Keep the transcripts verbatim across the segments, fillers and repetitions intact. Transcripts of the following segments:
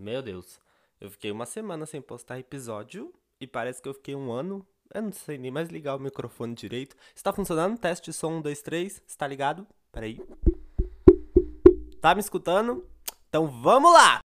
Meu Deus, eu fiquei uma semana sem postar episódio e parece que eu fiquei um ano. Eu não sei nem mais ligar o microfone direito. Está funcionando? Teste de som um, dois, três. Está ligado? Peraí. Tá me escutando? Então vamos lá!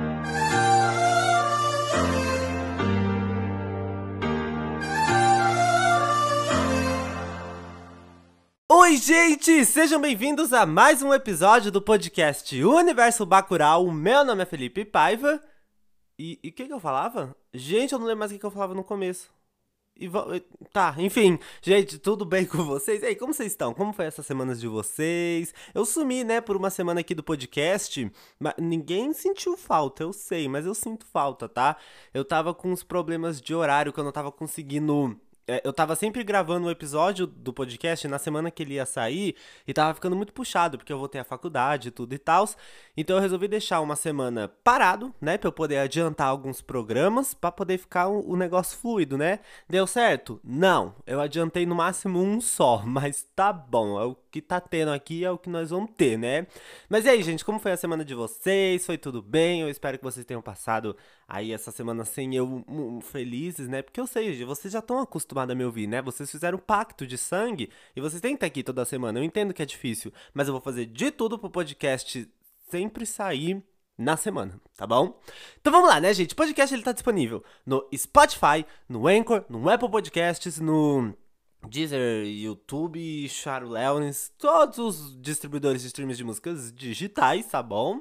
Oi, gente! Sejam bem-vindos a mais um episódio do podcast Universo Bacurau. Meu nome é Felipe Paiva. E o que que eu falava? Gente, eu não lembro mais o que que eu falava no começo. E tá, enfim, gente, tudo bem com vocês? E aí, como vocês estão? Como foi essas semanas de vocês? Eu sumi, né, por uma semana aqui do podcast, mas ninguém sentiu falta, eu sei, mas eu sinto falta, tá? Eu tava com uns problemas de horário que eu não tava conseguindo. é, Eu tava sempre gravando o episódio do podcast na semana que ele ia sair e tava ficando muito puxado, porque eu vou ter a faculdade e tudo e tal. Então eu resolvi deixar uma semana parado, né, pra eu poder adiantar alguns programas, pra poder ficar o o negócio fluido, né? Deu certo? Não. Eu adiantei no máximo um só, mas tá bom. É o que tá tendo aqui, é o que nós vamos ter, né? Mas e aí, gente, como foi a semana de vocês? Foi tudo bem? Eu espero que vocês tenham passado aí essa semana sem eu hum, felizes, né? Porque eu sei, gente, vocês já estão acostumados a me ouvir, né? Vocês fizeram um pacto de sangue e vocês têm que estar aqui toda semana. Eu entendo que é difícil, mas eu vou fazer de tudo pro podcast sempre sair na semana, tá bom? Então vamos lá, né, gente? O podcast ele tá disponível no Spotify, no Anchor, no Apple Podcasts, no Deezer, YouTube, Charleones, todos os distribuidores de streams de músicas digitais, tá bom?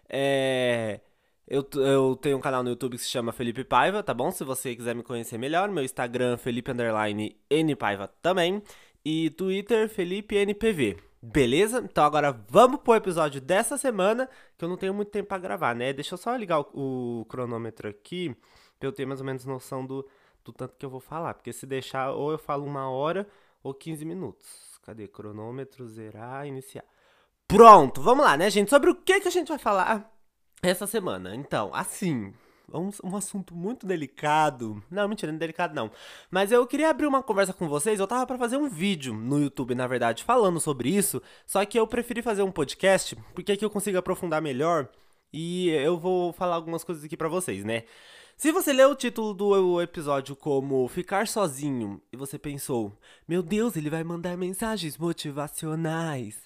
É... Eu, t- eu tenho um canal no YouTube que se chama Felipe Paiva, tá bom? Se você quiser me conhecer melhor, meu Instagram, Felipe Underline N Paiva também. E Twitter, Felipe N P V. Beleza? Então agora vamos pro episódio dessa semana, que eu não tenho muito tempo pra gravar, né? Deixa eu só ligar o, o cronômetro aqui, pra eu ter mais ou menos noção do, do tanto que eu vou falar. Porque se deixar, ou eu falo uma hora ou quinze minutos. Cadê? Cronômetro, zerar, iniciar. Pronto, vamos lá, né, gente? Sobre o que, que a gente vai falar essa semana? Então, assim, um, um assunto muito delicado. Não, mentira, não é delicado não. Mas eu queria abrir uma conversa com vocês. Eu tava pra fazer um vídeo no YouTube, na verdade, falando sobre isso. Só que eu preferi fazer um podcast, porque aqui eu consigo aprofundar melhor. E eu vou falar algumas coisas aqui pra vocês, né? Se você leu o título do episódio como Ficar Sozinho e você pensou, meu Deus, ele vai mandar mensagens motivacionais.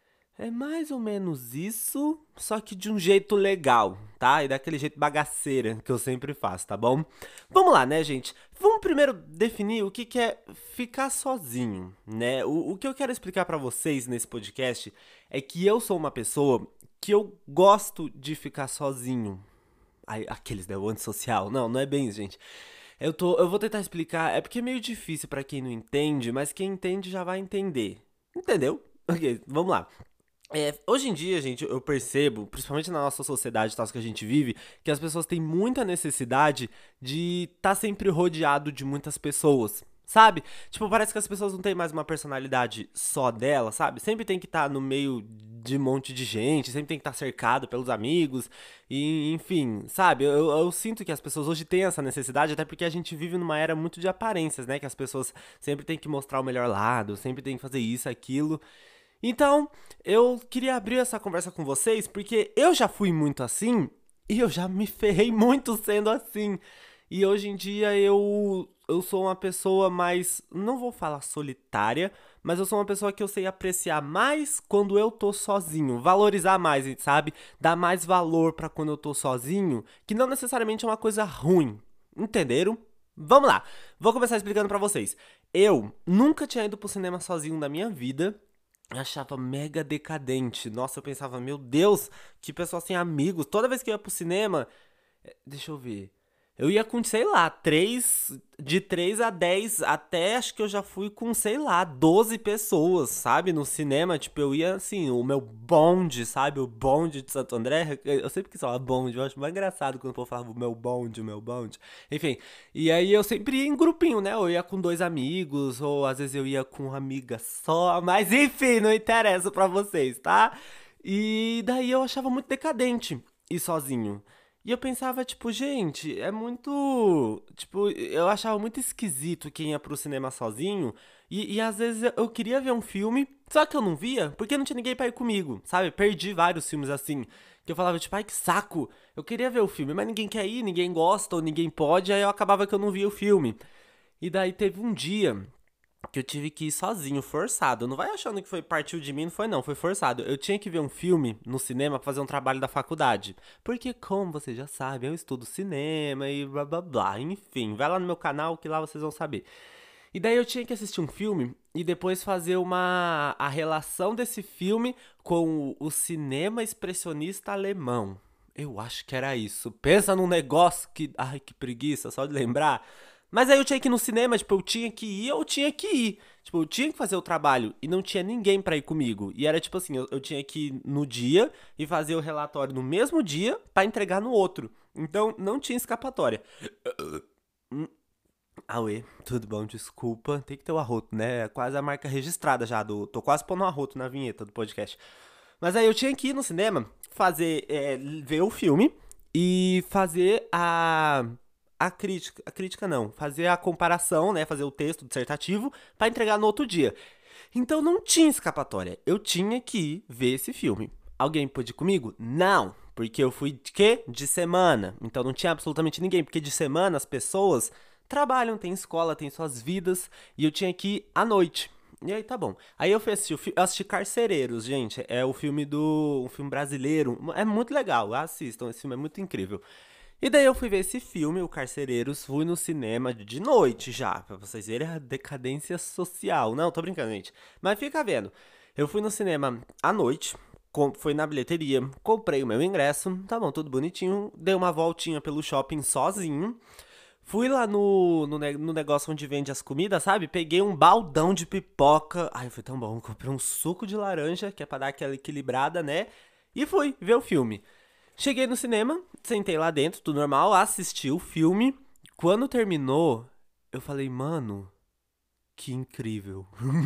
É mais ou menos isso, só que de um jeito legal, tá? E daquele jeito bagaceira que eu sempre faço, tá bom? Vamos lá, né, gente? Vamos primeiro definir o que que é ficar sozinho, né? O, o que eu quero explicar pra vocês nesse podcast é que eu sou uma pessoa que eu gosto de ficar sozinho. Ai, aqueles, né? O antissocial. Não, não é bem isso, gente. Eu, tô, eu vou tentar explicar, é porque é meio difícil pra quem não entende, mas quem entende já vai entender. Entendeu? Ok, vamos lá. É, hoje em dia, gente, eu percebo, principalmente na nossa sociedade tal, que a gente vive, que as pessoas têm muita necessidade de estar sempre rodeado de muitas pessoas, sabe? Tipo, parece que as pessoas não têm mais uma personalidade só dela, sabe? Sempre tem que estar no meio de um monte de gente, sempre tem que estar cercado pelos amigos, e enfim, sabe? Eu, eu sinto que as pessoas hoje têm essa necessidade, até porque a gente vive numa era muito de aparências, né? Que as pessoas sempre têm que mostrar o melhor lado, sempre tem que fazer isso, aquilo. Então, eu queria abrir essa conversa com vocês porque eu já fui muito assim e eu já me ferrei muito sendo assim. E hoje em dia eu eu sou uma pessoa mais, não vou falar solitária, mas eu sou uma pessoa que eu sei apreciar mais quando eu tô sozinho, valorizar mais, sabe? Dar mais valor pra quando eu tô sozinho, que não necessariamente é uma coisa ruim. Entenderam? Vamos lá. Vou começar explicando pra vocês. Eu nunca tinha ido pro cinema sozinho na minha vida. Achava mega decadente. Nossa, eu pensava, meu Deus, que pessoal sem amigos. Toda vez que eu ia pro cinema, eh, deixa eu ver. Eu ia com, sei lá, três de três a dez até acho que eu já fui com, sei lá, doze pessoas, sabe? No cinema, tipo, eu ia assim, o meu bonde, sabe? O bonde de Santo André. Eu sempre quis falar bonde, eu acho mais engraçado quando o povo falava o meu bonde, o meu bonde. Enfim, e aí eu sempre ia em grupinho, né? Eu ia com dois amigos, ou às vezes eu ia com uma amiga só, mas enfim, não interessa pra vocês, tá? E daí eu achava muito decadente ir sozinho. E eu pensava, tipo, gente, é muito. Tipo, eu achava muito esquisito quem ia pro cinema sozinho. E, e às vezes eu queria ver um filme, só que eu não via, porque não tinha ninguém pra ir comigo, sabe? Perdi vários filmes assim. Que eu falava, tipo, ai, que saco. Eu queria ver o filme, mas ninguém quer ir, ninguém gosta ou ninguém pode. Aí eu acabava que eu não via o filme. E daí teve um dia que eu tive que ir sozinho, forçado. Não vai achando que foi partiu de mim, não foi não, foi forçado. Eu tinha que ver um filme no cinema pra fazer um trabalho da faculdade. Porque, como vocês já sabem, eu estudo cinema e blá blá blá. Enfim, vai lá no meu canal que lá vocês vão saber. E daí eu tinha que assistir um filme e depois fazer uma a relação desse filme com o, o cinema expressionista alemão. Eu acho que era isso. Pensa num negócio que. Ai, que preguiça, só de lembrar. Mas aí eu tinha que ir no cinema, tipo, eu tinha que ir ou eu tinha que ir. Tipo, eu tinha que fazer o trabalho e não tinha ninguém pra ir comigo. E era tipo assim, eu, eu tinha que ir no dia e fazer o relatório no mesmo dia pra entregar no outro. Então, não tinha escapatória. Auê, tudo bom, desculpa. Tem que ter o arroto, né? É quase a marca registrada já do. Tô quase pondo um arroto na vinheta do podcast. Mas aí eu tinha que ir no cinema, fazer. É, ver o filme e fazer a. A crítica. A crítica não. Fazer a comparação, né? Fazer o texto dissertativo pra entregar no outro dia. Então não tinha escapatória. Eu tinha que ir ver esse filme. Alguém pôde ir comigo? Não. Porque eu fui de quê? De semana. Então não tinha absolutamente ninguém. Porque de semana as pessoas trabalham, têm escola, têm suas vidas. E eu tinha que ir à noite. E aí tá bom. Aí eu fui assistir, o fi- eu assisti Carcereiros, gente. É o filme do. Um filme brasileiro. É muito legal. Assistam, esse filme é muito incrível. E daí eu fui ver esse filme, o Carcereiros, fui no cinema de noite já, pra vocês verem a decadência social. Não, tô brincando, gente. Mas fica vendo. Eu fui no cinema à noite, com- fui na bilheteria, comprei o meu ingresso, tá bom, tudo bonitinho, dei uma voltinha pelo shopping sozinho. Fui lá no, no, ne- no negócio onde vende as comidas, sabe? Peguei um baldão de pipoca. Ai, foi tão bom. Comprei um suco de laranja, que é pra dar aquela equilibrada, né? E fui ver o filme. Cheguei no cinema, sentei lá dentro, tudo normal, assisti o filme. Quando terminou, eu falei, mano, que incrível.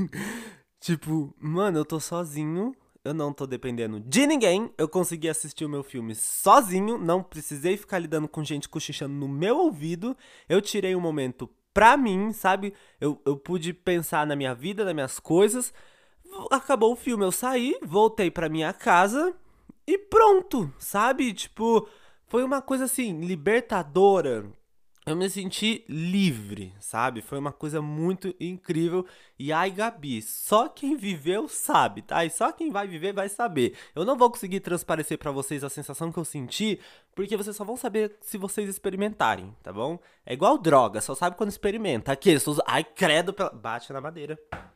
Tipo, mano, eu tô sozinho, eu não tô dependendo de ninguém. Eu consegui assistir o meu filme sozinho, não precisei ficar lidando com gente cochichando no meu ouvido. Eu tirei um momento pra mim, sabe? Eu, eu pude pensar na minha vida, nas minhas coisas. Acabou o filme, eu saí, voltei pra minha casa e pronto, sabe? Tipo, foi uma coisa assim, libertadora. Eu me senti livre, sabe? Foi uma coisa muito incrível. E ai, Gabi, só quem viveu sabe, tá? E só quem vai viver vai saber. Eu não vou conseguir transparecer pra vocês a sensação que eu senti, porque vocês só vão saber se vocês experimentarem, tá bom? É igual droga, só sabe quando experimenta. Aqui, eles usam- ai, credo, pela... bate na madeira.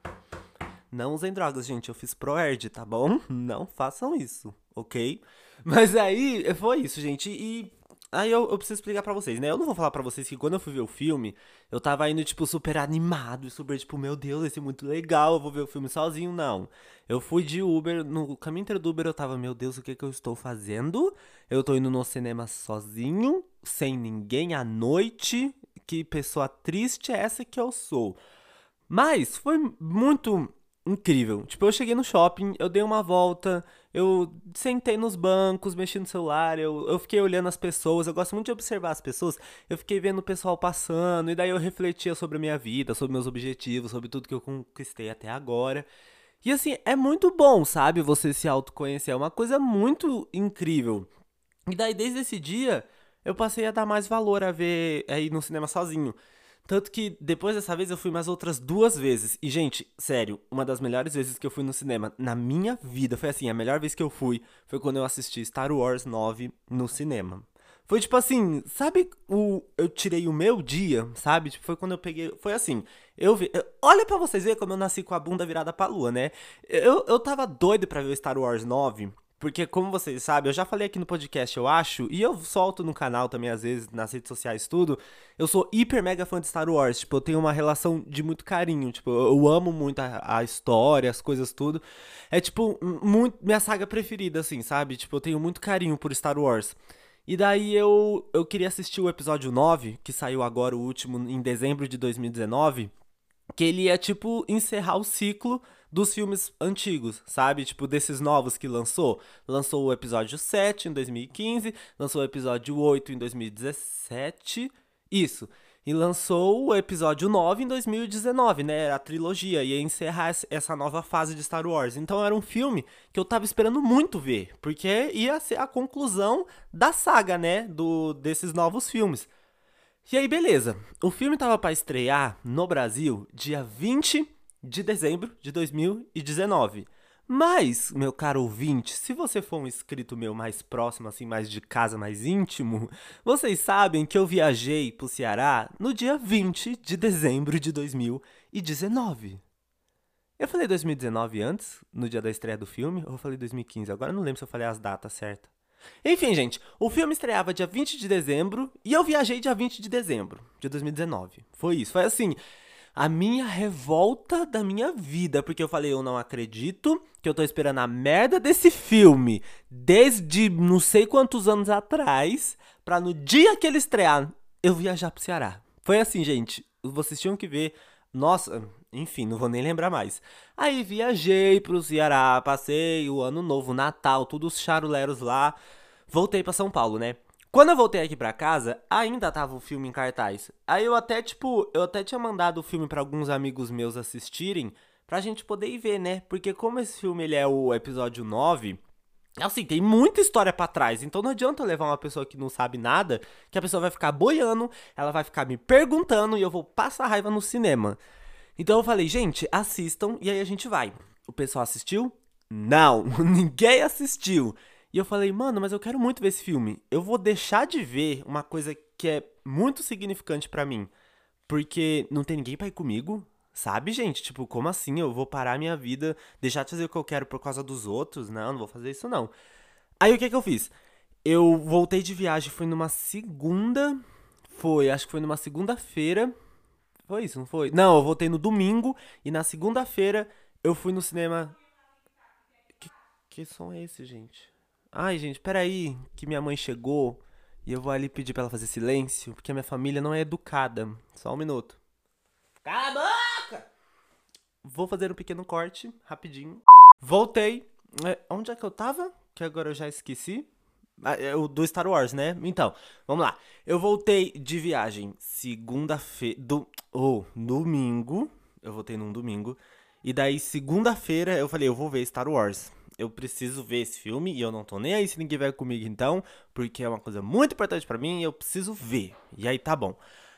Não usem drogas, gente. Eu fiz ProErd, tá bom? Não façam isso, ok? Mas aí foi isso, gente. E aí eu, eu preciso explicar pra vocês, né? Eu não vou falar pra vocês que quando eu fui ver o filme, eu tava indo, tipo, super animado, super, tipo, meu Deus, vai ser muito legal, eu vou ver o filme sozinho. Não. Eu fui de Uber, no caminho inteiro do Uber eu tava, meu Deus, o que que eu estou fazendo? Eu tô indo no cinema sozinho, sem ninguém à noite. Que pessoa triste é essa que eu sou? Mas foi muito incrível. Tipo, eu cheguei no shopping, eu dei uma volta, eu sentei nos bancos, mexi no celular, eu, eu fiquei olhando as pessoas, eu gosto muito de observar as pessoas, eu fiquei vendo o pessoal passando, e daí eu refletia sobre a minha vida, sobre meus objetivos, sobre tudo que eu conquistei até agora. E assim, é muito bom, sabe, você se autoconhecer, é uma coisa muito incrível. E daí, desde esse dia, eu passei a dar mais valor a ver, a ir no cinema sozinho. Tanto que depois dessa vez eu fui mais outras duas vezes. E, gente, sério, uma das melhores vezes que eu fui no cinema na minha vida foi assim: a melhor vez que eu fui foi quando eu assisti Star Wars nove no cinema. Foi tipo assim, sabe o. Eu tirei o meu dia, sabe? Tipo, foi quando eu peguei. Foi assim, eu vi. eu- olha pra vocês verem como eu nasci com a bunda virada pra lua, né? Eu, eu tava doido pra ver o Star Wars nove. Porque, como vocês sabem, eu já falei aqui no podcast, eu acho, e eu solto no canal também, às vezes, nas redes sociais, tudo. Eu sou hiper mega fã de Star Wars. Tipo, eu tenho uma relação de muito carinho. Tipo, eu eu amo muito a, a história, as coisas, tudo. É, tipo, m- muito, minha saga preferida, assim, sabe? Tipo, eu tenho muito carinho por Star Wars. E daí eu, eu queria assistir o episódio nove que saiu agora, o último, em dezembro de dois mil e dezenove, que ele ia, tipo, encerrar o ciclo dos filmes antigos, sabe? Tipo, desses novos que lançou. Lançou o episódio sete em dois mil e quinze, lançou o episódio oito em dois mil e dezessete. Isso. E lançou o episódio nove em dois mil e dezenove, né? Era a trilogia, ia encerrar essa nova fase de Star Wars. Então era um filme que eu tava esperando muito ver, porque ia ser a conclusão da saga, né? Do, desses novos filmes. E aí, beleza. O filme tava pra estrear no Brasil dia vinte de dezembro de dois mil e dezenove. Mas, meu caro ouvinte, se você for um inscrito meu mais próximo, assim, mais de casa, mais íntimo, vocês sabem que eu viajei pro Ceará no dia vinte de dezembro de dois mil e dezenove. Eu falei dois mil e dezenove antes, no dia da estreia do filme, ou eu falei dois mil e quinze? Agora eu não lembro se eu falei as datas certas. Enfim, gente, o filme estreava dia vinte de dezembro e eu viajei dia vinte de dezembro de dois mil e dezenove. Foi isso, foi assim... A minha revolta da minha vida, porque eu falei, eu não acredito que eu tô esperando a merda desse filme desde não sei quantos anos atrás, pra no dia que ele estrear, eu viajar pro Ceará. Foi assim, gente, vocês tinham que ver, nossa, enfim, não vou nem lembrar mais. Aí viajei pro Ceará, passei o ano novo, Natal, todos os charuleros lá, voltei pra São Paulo, né? Quando eu voltei aqui pra casa, ainda tava o filme em cartaz. Aí eu até, tipo, eu até tinha mandado o filme pra alguns amigos meus assistirem, pra gente poder ir ver, né? Porque como esse filme, ele é o episódio nove, assim, tem muita história pra trás. Então não adianta eu levar uma pessoa que não sabe nada, que a pessoa vai ficar boiando, ela vai ficar me perguntando e eu vou passar raiva no cinema. Então eu falei, gente, assistam e aí a gente vai. O pessoal assistiu? Não, ninguém assistiu. E eu falei, mano, mas eu quero muito ver esse filme. Eu vou deixar de ver uma coisa que é muito significante pra mim. Porque não tem ninguém pra ir comigo, sabe, gente? Tipo, como assim? Eu vou parar minha vida, deixar de fazer o que eu quero por causa dos outros? Não, não vou fazer isso não. Aí o que que eu fiz? Eu voltei de viagem, foi numa segunda... Foi, acho que foi numa segunda-feira. Foi isso, não foi? Não, eu voltei no domingo e na segunda-feira eu fui no cinema... Que, que som é esse, gente? Ai, gente, peraí, que minha mãe chegou e eu vou ali pedir pra ela fazer silêncio, porque a minha família não é educada. Só um minuto. Cala a boca! Vou fazer um pequeno corte, rapidinho. Voltei. É, onde é que eu tava? Que agora eu já esqueci. Ah, é o do Star Wars, né? Então, vamos lá. Eu voltei de viagem segunda-feira... Do... Oh, domingo. Eu voltei num domingo. E daí, segunda-feira, eu falei, eu vou ver Star Wars. Eu preciso ver esse filme e eu não tô nem aí se ninguém vai comigo então, porque é uma coisa muito importante pra mim e eu preciso ver. E aí tá bom.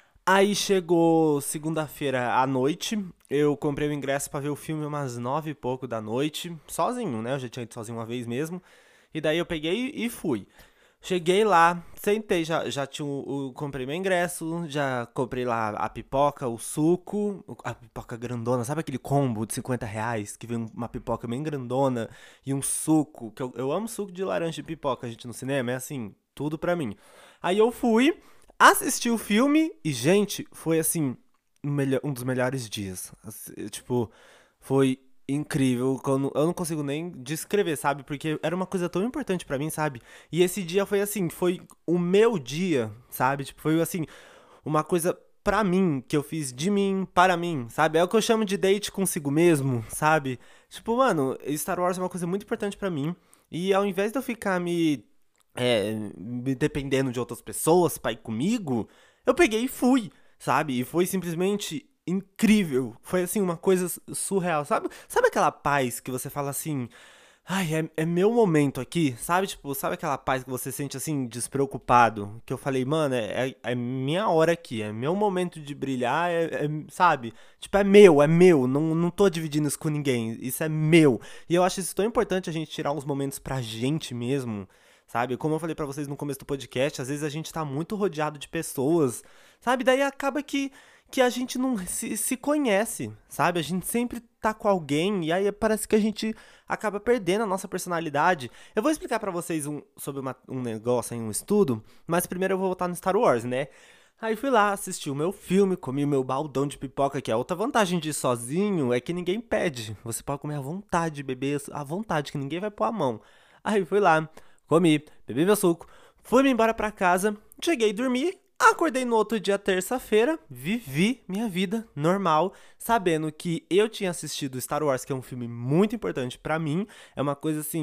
Aí chegou segunda-feira à noite, eu comprei o ingresso pra ver o filme umas nove e pouco da noite, sozinho, né? Eu já tinha ido sozinho uma vez mesmo. E daí eu peguei e fui. Cheguei lá, sentei, já, já tinha o, o- comprei meu ingresso, já comprei lá a pipoca, o suco, o- a pipoca grandona, sabe aquele combo de cinquenta reais que vem uma pipoca bem grandona e um suco, que eu, eu amo suco de laranja e pipoca, gente, no cinema, é assim, tudo pra mim. Aí eu fui, assisti o filme e, gente, foi assim, um, melhor- um dos melhores dias. Assim, tipo, foi incrível, que eu não, eu não consigo nem descrever, sabe? Porque era uma coisa tão importante pra mim, sabe? E esse dia foi assim, foi o meu dia, sabe? Tipo, foi assim, uma coisa pra mim, que eu fiz de mim, para mim, sabe? É o que eu chamo de date consigo mesmo, sabe? Tipo, mano, Star Wars é uma coisa muito importante pra mim. E ao invés de eu ficar me, é, me dependendo de outras pessoas pra ir comigo, eu peguei e fui, sabe? E foi simplesmente incrível. Foi assim, uma coisa surreal. Sabe, sabe aquela paz que você fala assim. Ai, é, é meu momento aqui, sabe? Tipo, sabe aquela paz que você sente assim, despreocupado? Que eu falei, mano, é, é, é minha hora aqui, é meu momento de brilhar, é, é, sabe? Tipo, é meu, é meu, não, não tô dividindo isso com ninguém, isso é meu. E eu acho isso tão importante a gente tirar uns momentos pra gente mesmo, sabe? Como eu falei pra vocês no começo do podcast, às vezes a gente tá muito rodeado de pessoas, sabe? Daí acaba que, que a gente não se, se conhece, sabe? A gente sempre tá com alguém e aí parece que a gente acaba perdendo a nossa personalidade. Eu vou explicar pra vocês um, sobre uma- um negócio aí, um estudo, mas primeiro eu vou voltar no Star Wars, né? Aí fui lá, assisti o meu filme, comi o meu baldão de pipoca, que é outra vantagem de ir sozinho, é que ninguém pede. Você pode comer à vontade, beber à vontade, que ninguém vai pôr a mão. Aí fui lá, comi, bebi meu suco, fui-me embora pra casa, cheguei a dormir, acordei no outro dia, terça-feira, vivi minha vida normal, sabendo que eu tinha assistido Star Wars, que é um filme muito importante pra mim, é uma coisa assim,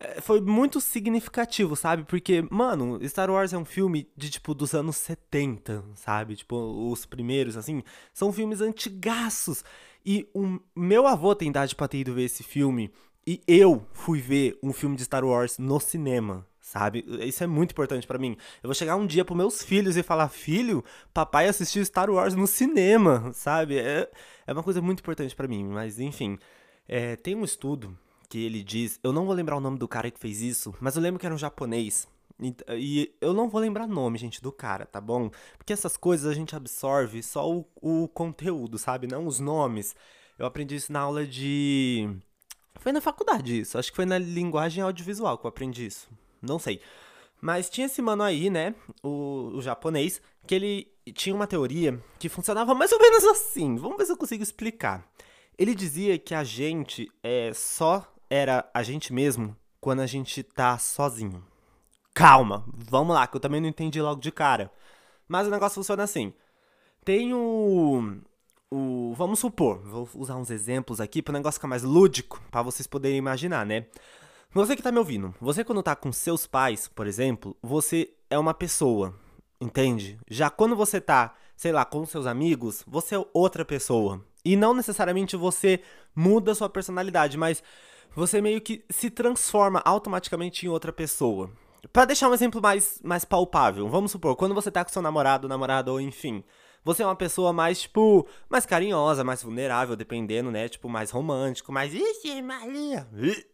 é, foi muito significativo, sabe? Porque, mano, Star Wars é um filme de, tipo, dos anos setenta, sabe? Tipo, os primeiros, assim, são filmes antigaços. E o meu avô tem idade pra ter ido ver esse filme. E eu fui ver um filme de Star Wars no cinema, sabe? Isso é muito importante pra mim. Eu vou chegar um dia pros meus filhos e falar: filho, papai assistiu Star Wars no cinema, sabe? É, é uma coisa muito importante pra mim. Mas, enfim, é, tem um estudo que ele diz. Eu não vou lembrar o nome do cara que fez isso, mas eu lembro que era um japonês. E, e eu não vou lembrar o nome, gente, do cara, tá bom? Porque essas coisas a gente absorve só o, o conteúdo, sabe? Não os nomes. Eu aprendi isso na aula de. Foi na faculdade isso. Acho que foi na linguagem audiovisual que eu aprendi isso. Não sei. Mas tinha esse mano aí, né? O, o japonês, que ele tinha uma teoria que funcionava mais ou menos assim. Vamos ver se eu consigo explicar. Ele dizia que a gente é só era a gente mesmo quando a gente tá sozinho. Calma, vamos lá, que eu também não entendi logo de cara. Mas o negócio funciona assim. Tem o. o vamos supor, vou usar uns exemplos aqui para o negócio ficar mais lúdico, para vocês poderem imaginar, né? Você que tá me ouvindo, você quando tá com seus pais, por exemplo, você é uma pessoa, entende? Já quando você tá, sei lá, com seus amigos, você é outra pessoa. E não necessariamente você muda sua personalidade, mas você meio que se transforma automaticamente em outra pessoa. Pra deixar um exemplo mais, mais palpável, vamos supor, quando você tá com seu namorado, namorada ou enfim, você é uma pessoa mais, tipo, mais carinhosa, mais vulnerável, dependendo, né? Tipo, mais romântico, mais. Ixi, Maria!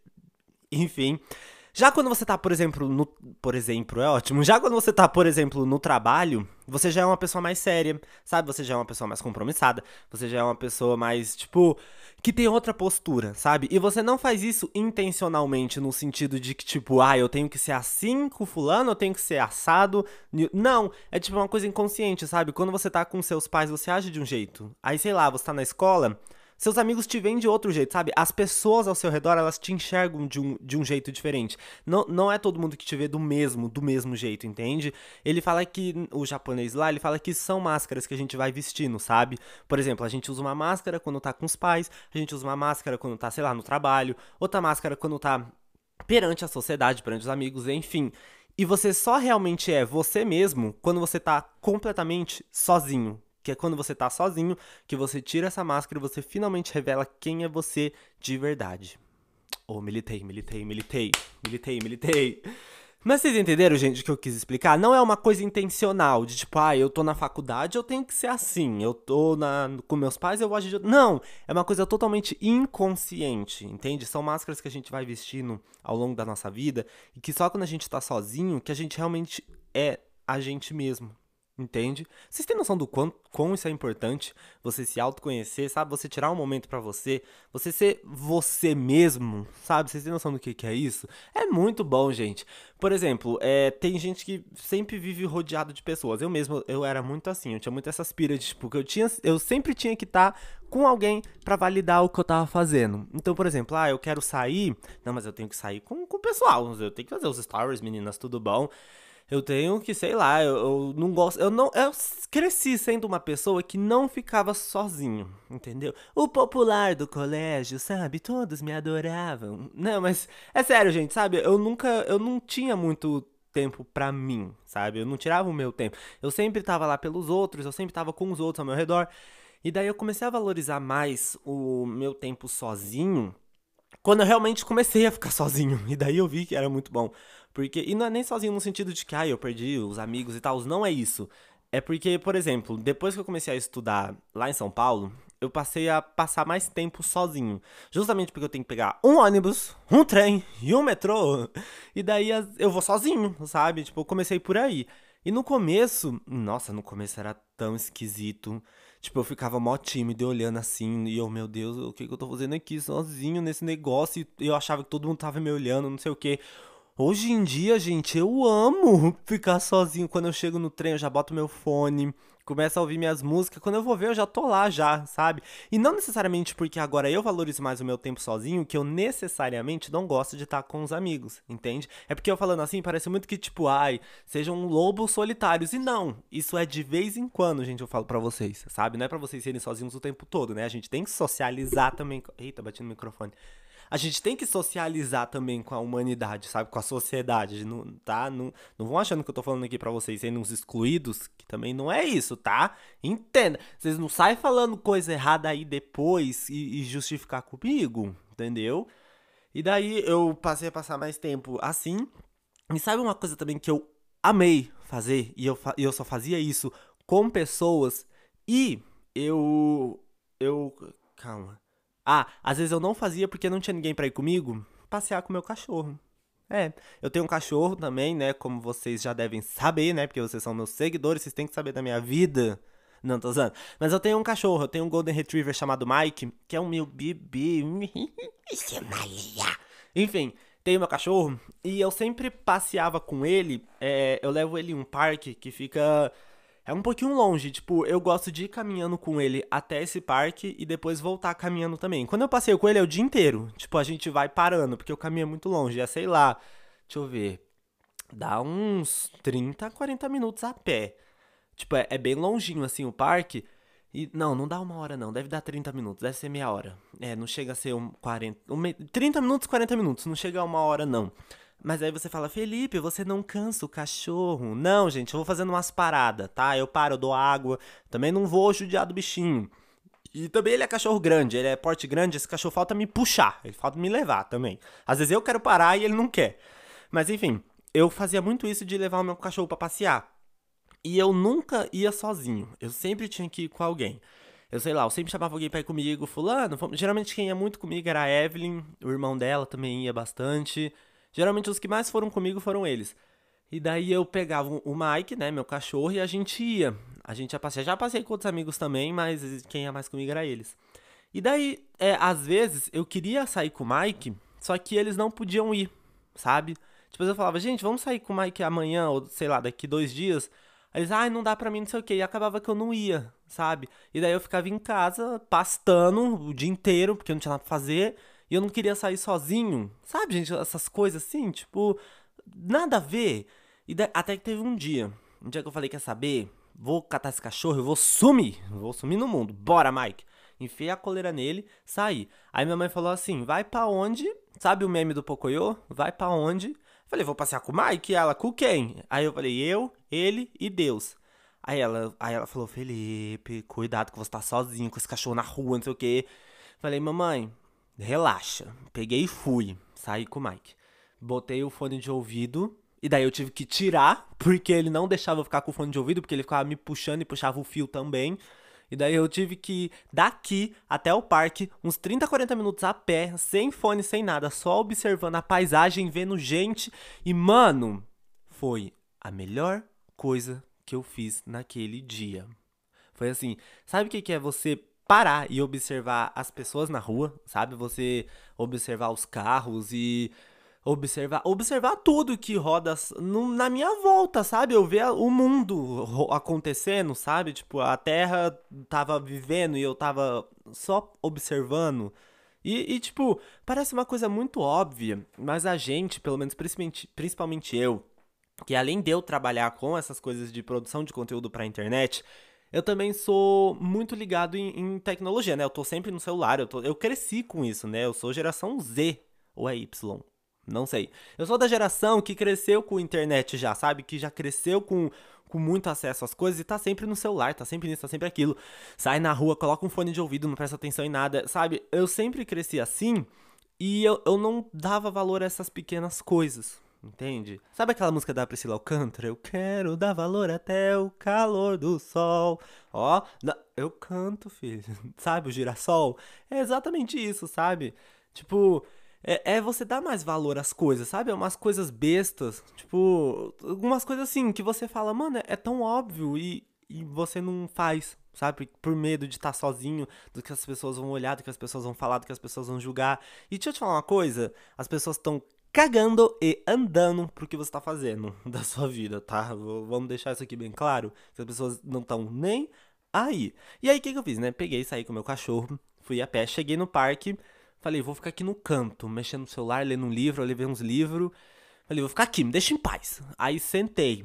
Enfim. Já quando você tá, por exemplo, no. Por exemplo, é ótimo. Já quando você tá, por exemplo, no trabalho, você já é uma pessoa mais séria, sabe? Você já é uma pessoa mais compromissada. Você já é uma pessoa mais, tipo, que tem outra postura, sabe? E você não faz isso intencionalmente, no sentido de que, tipo, ah, eu tenho que ser assim com fulano, eu tenho que ser assado. Não, é tipo uma coisa inconsciente, sabe? Quando você tá com seus pais, você age de um jeito. Aí, sei lá, você tá na escola. Seus amigos te veem de outro jeito, sabe? As pessoas ao seu redor, elas te enxergam de um, de um jeito diferente. Não, não é todo mundo que te vê do mesmo, do mesmo jeito, entende? Ele fala que, o japonês lá, ele fala que são máscaras que a gente vai vestindo, sabe? Por exemplo, a gente usa uma máscara quando tá com os pais, a gente usa uma máscara quando tá, sei lá, no trabalho, outra máscara quando tá perante a sociedade, perante os amigos, enfim. E você só realmente é você mesmo quando você tá completamente sozinho. Que é quando você tá sozinho, que você tira essa máscara e você finalmente revela quem é você de verdade. Oh, militei, militei, militei, militei, militei. Mas vocês entenderam, gente, o que eu quis explicar? Não é uma coisa intencional, de tipo, ah, eu tô na faculdade, eu tenho que ser assim. Eu tô na, com meus pais, eu gosto de... Não, é uma coisa totalmente inconsciente, entende? São máscaras que a gente vai vestindo ao longo da nossa vida e que só quando a gente tá sozinho que a gente realmente é a gente mesmo. Entende? Vocês têm noção do quão, quão isso é importante? Você se autoconhecer, sabe? Você tirar um momento pra você, você ser você mesmo, sabe? Vocês têm noção do que, que é isso? É muito bom, gente. Por exemplo, é, tem gente que sempre vive rodeado de pessoas. Eu mesmo, eu era muito assim, eu tinha muito essa pira de, tipo, que eu, tinha, eu sempre tinha que estar com alguém pra validar o que eu tava fazendo. Então, por exemplo, ah, eu quero sair, não, mas eu tenho que sair com, com o pessoal, eu tenho que fazer os stories, meninas, tudo bom? Eu tenho que, sei lá, eu, eu não gosto. Eu não. Eu cresci sendo uma pessoa que não ficava sozinho, entendeu? O popular do colégio, sabe? Todos me adoravam. Não, mas é sério, gente, sabe? Eu nunca. Eu não tinha muito tempo pra mim, sabe? Eu não tirava o meu tempo. Eu sempre tava lá pelos outros, eu sempre tava com os outros ao meu redor. E daí eu comecei a valorizar mais o meu tempo sozinho quando eu realmente comecei a ficar sozinho. E daí eu vi que era muito bom. Porque, e não é nem sozinho no sentido de que, ah, eu perdi os amigos e tal. Não é isso. É porque, por exemplo, depois que eu comecei a estudar lá em São Paulo, eu passei a passar mais tempo sozinho. Justamente porque eu tenho que pegar um ônibus, um trem e um metrô. E daí eu vou sozinho, sabe? Tipo, eu comecei por aí. E no começo, nossa, no começo era tão esquisito. Tipo, eu ficava mó tímido e olhando assim, e eu, meu Deus, o que que eu tô fazendo aqui sozinho nesse negócio? E eu achava que todo mundo tava me olhando, não sei o quê. Hoje em dia, gente, eu amo ficar sozinho. Quando eu chego no trem, eu já boto meu fone, começo a ouvir minhas músicas. Quando eu vou ver, eu já tô lá já, sabe? E não necessariamente porque agora eu valorizo mais o meu tempo sozinho, que eu necessariamente não gosto de estar com os amigos, entende? É porque eu falando assim, parece muito que tipo, ai, sejam lobos solitários. E não, isso é de vez em quando, gente, eu falo pra vocês, sabe? Não é pra vocês serem sozinhos o tempo todo, né? A gente tem que socializar também. Eita, bati no microfone. a gente tem que socializar também com a humanidade, sabe? Com a sociedade, não, tá? Não, não vão achando que eu tô falando aqui pra vocês sendo uns excluídos, que também não é isso, tá? Entenda. Vocês não saem falando coisa errada aí depois e, e justificar comigo, entendeu? E daí eu passei a passar mais tempo assim. E sabe uma coisa também que eu amei fazer? E eu, fa- e eu só fazia isso com pessoas. E eu. Eu. Calma. Ah, às vezes eu não fazia porque não tinha ninguém pra ir comigo. Passear com o meu cachorro. É, eu tenho um cachorro também, né? Como vocês já devem saber, né? Porque vocês são meus seguidores, vocês têm que saber da minha vida. Não, tô usando. Mas eu tenho um cachorro, eu tenho um Golden Retriever chamado Mike, que é o meu bebê. Isso é Maria. Enfim, tenho meu cachorro e eu sempre passeava com ele. É, eu levo ele em um parque que fica. É um pouquinho longe, tipo, eu gosto de ir caminhando com ele até esse parque e depois voltar caminhando também. Quando eu passeio com ele é o dia inteiro. Tipo, a gente vai parando, porque o caminho é muito longe. É, sei lá, deixa eu ver. Dá uns trinta, quarenta minutos a pé. Tipo, é, é bem longinho assim o parque. E não, não dá uma hora não, deve dar trinta minutos, deve ser meia hora. É, não chega a ser um quarenta, um, me- trinta minutos, quarenta minutos, não chega a uma hora não. Mas aí você fala, Felipe, você não cansa o cachorro? Não, gente, eu vou fazendo umas paradas, tá? Eu paro, eu dou água, também não vou judiar do bichinho. E também ele é cachorro grande, ele é porte grande, esse cachorro falta me puxar, ele falta me levar também. Às vezes eu quero parar e ele não quer. Mas enfim, eu fazia muito isso de levar o meu cachorro pra passear. E eu nunca ia sozinho. Eu sempre tinha que ir com alguém. Eu sei lá, eu sempre chamava alguém pra ir comigo, fulano. vamos- Geralmente quem ia muito comigo era a Evelyn, o irmão dela também ia bastante. Geralmente os que mais foram comigo foram eles. E daí eu pegava o Mike, né, meu cachorro, e a gente ia. A gente ia passear. Já passei com outros amigos também, mas quem ia mais comigo era eles. E daí, é, às vezes, eu queria sair com o Mike, só que eles não podiam ir, sabe? Tipo, eu falava, gente, vamos sair com o Mike amanhã, ou sei lá, daqui dois dias. Aí eles, ai, não dá pra mim, não sei o quê. E acabava que eu não ia, sabe? E daí eu ficava em casa, pastando o dia inteiro, porque eu não tinha nada pra fazer. E eu não queria sair sozinho. Sabe, gente, essas coisas assim, tipo, nada a ver. E da- até que teve um dia. Um dia que eu falei, quer saber? Vou catar esse cachorro, eu vou sumir. Vou sumir no mundo. Bora, Mike. Enfiei a coleira nele, saí. Aí minha mãe falou assim, vai pra onde? Sabe o meme do Pocoyo? Vai pra onde? Falei, vou passear com o Mike. E ela, com quem? Aí eu falei, eu, ele e Deus. Aí ela, aí ela falou, Felipe, cuidado que você tá sozinho com esse cachorro na rua, não sei o quê. Falei, mamãe, relaxa. Peguei e fui. Saí com o Mike. Botei o fone de ouvido. E daí eu tive que tirar, porque ele não deixava eu ficar com o fone de ouvido, porque ele ficava me puxando e puxava o fio também. E daí eu tive que ir daqui até o parque, uns trinta, quarenta minutos a pé, sem fone, sem nada, só observando a paisagem, vendo gente. E, mano, foi a melhor coisa que eu fiz naquele dia. Foi assim, sabe o que que é você parar e observar as pessoas na rua, sabe? Você observar os carros e observar, observar tudo que roda s- no- na minha volta, sabe? Eu ver a- o mundo ro- acontecendo, sabe? Tipo, a Terra tava vivendo e eu tava só observando. E, e, tipo, parece uma coisa muito óbvia, mas a gente, pelo menos principalmente, principalmente eu, que além de eu trabalhar com essas coisas de produção de conteúdo pra internet, eu também sou muito ligado em, em tecnologia, né? Eu tô sempre no celular, eu, tô- eu cresci com isso, né? Eu sou geração Z, ou é Y? Não sei. Eu sou da geração que cresceu com internet já, sabe? Que já cresceu com, com muito acesso às coisas e tá sempre no celular, tá sempre nisso, tá sempre aquilo. Sai na rua, coloca um fone de ouvido, não presta atenção em nada, sabe? Eu sempre cresci assim e eu, eu não dava valor a essas pequenas coisas. Entende? Sabe aquela música da Priscila Alcântara? Eu quero dar valor até o calor do sol. Ó, na- eu canto, filho. Sabe o girassol? É exatamente isso, sabe? Tipo, é, é você dar mais valor às coisas, sabe? É umas coisas bestas. Tipo, algumas coisas assim que você fala, mano, é, é tão óbvio e, e você não faz, sabe? Por medo de estar sozinho, do que as pessoas vão olhar, do que as pessoas vão falar, do que as pessoas vão julgar. E deixa eu te falar uma coisa: as pessoas estão cagando e andando pro que você tá fazendo da sua vida, tá? V- Vamos deixar isso aqui bem claro, que as pessoas não estão nem aí. E aí, o que que eu fiz, né? Peguei, saí com o meu cachorro, fui a pé, cheguei no parque, falei, vou ficar aqui no canto, mexendo no celular, lendo um livro, eu levei uns livros. Falei, vou ficar aqui, me deixa em paz. Aí sentei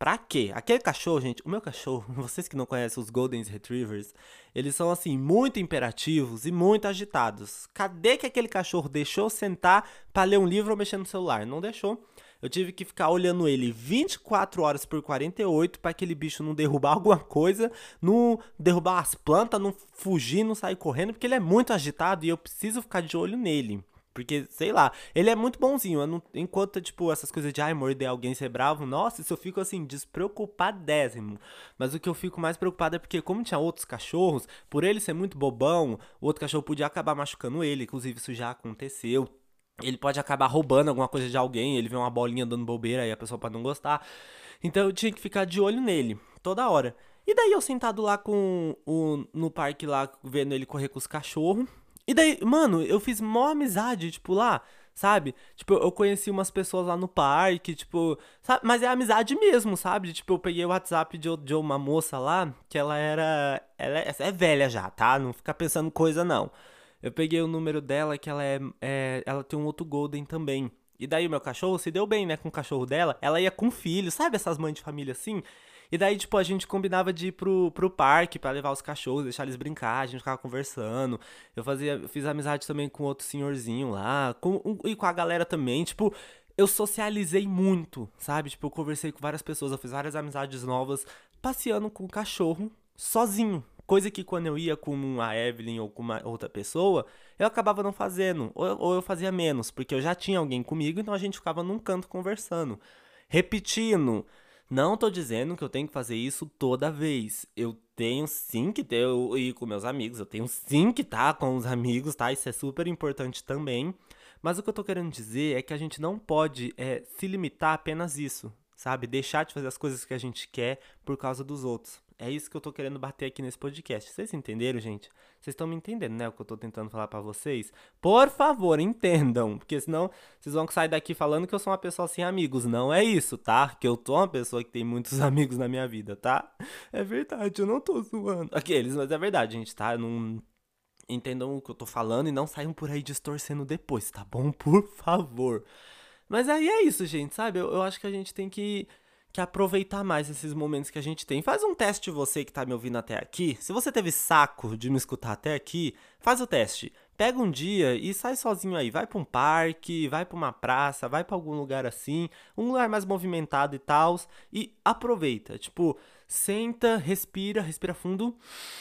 Pra quê? Aquele cachorro, gente, o meu cachorro, vocês que não conhecem os Golden Retrievers, eles são, assim, muito imperativos e muito agitados. Cadê que aquele cachorro deixou sentar pra ler um livro ou mexer no celular? Não deixou. Eu tive que ficar olhando ele vinte e quatro horas por quarenta e oito pra aquele bicho não derrubar alguma coisa, não derrubar as plantas, não fugir, não sair correndo, porque ele é muito agitado e eu preciso ficar de olho nele. Porque, sei lá, ele é muito bonzinho. Eu não, enquanto, tipo, essas coisas de ai, morder alguém, ser bravo, nossa, isso eu fico, assim, despreocupadésimo. Mas o que eu fico mais preocupado é porque, como tinha outros cachorros, por ele ser muito bobão, o outro cachorro podia acabar machucando ele. Inclusive, isso já aconteceu. Ele pode acabar roubando alguma coisa de alguém, ele vê uma bolinha dando bobeira e a pessoa pode não gostar. Então eu tinha que ficar de olho nele, toda hora. E daí eu sentado lá com o no parque lá, vendo ele correr com os cachorros. E daí, mano, eu fiz mó amizade, tipo, lá, sabe? Tipo, eu conheci umas pessoas lá no parque, tipo, sabe? Mas é amizade mesmo, sabe? Tipo, eu peguei o WhatsApp de, de uma moça lá, que ela era. Ela é, é velha já, tá? Não fica pensando coisa, não. Eu peguei o número dela, que ela é, é. Ela tem um outro Golden também. E daí o meu cachorro se deu bem, né, com o cachorro dela. Ela ia com filho, sabe essas mães de família assim? E daí, tipo, a gente combinava de ir pro, pro parque pra levar os cachorros, deixar eles brincar, a gente ficava conversando. Eu fazia, eu fiz amizade também com outro senhorzinho lá, com, e com a galera também, tipo, eu socializei muito, sabe? Tipo, eu conversei com várias pessoas, eu fiz várias amizades novas, passeando com o cachorro, sozinho. Coisa que quando eu ia com a Evelyn ou com uma outra pessoa, eu acabava não fazendo, ou, ou eu fazia menos, porque eu já tinha alguém comigo, então a gente ficava num canto conversando. Repetindo, não tô dizendo que eu tenho que fazer isso toda vez. Eu tenho sim que ter eu ir com meus amigos, eu tenho sim que estar com os amigos, tá? Isso é super importante também. Mas o que eu tô querendo dizer é que a gente não pode é, se limitar a apenas isso, sabe? Deixar de fazer as coisas que a gente quer por causa dos outros. É isso que eu tô querendo bater aqui nesse podcast. Vocês entenderam, gente? Vocês estão me entendendo, né? O que eu tô tentando falar pra vocês? Por favor, entendam. Porque senão vocês vão sair daqui falando que eu sou uma pessoa sem amigos. Não é isso, tá? Que eu tô uma pessoa que tem muitos amigos na minha vida, tá? É verdade, eu não tô zoando. Aqueles, mas é verdade, gente, tá? Não entendam o que eu tô falando e não saiam por aí distorcendo depois, tá bom? Por favor. Mas aí é isso, gente, sabe? Eu, eu acho que a gente tem que, que aproveitar mais esses momentos que a gente tem. Faz um teste você que tá me ouvindo até aqui. Se você teve saco de me escutar até aqui, faz o teste. Pega um dia e sai sozinho aí. Vai pra um parque, vai pra uma praça, vai pra algum lugar assim, um lugar mais movimentado e tal. E aproveita. Tipo, senta, respira, respira fundo.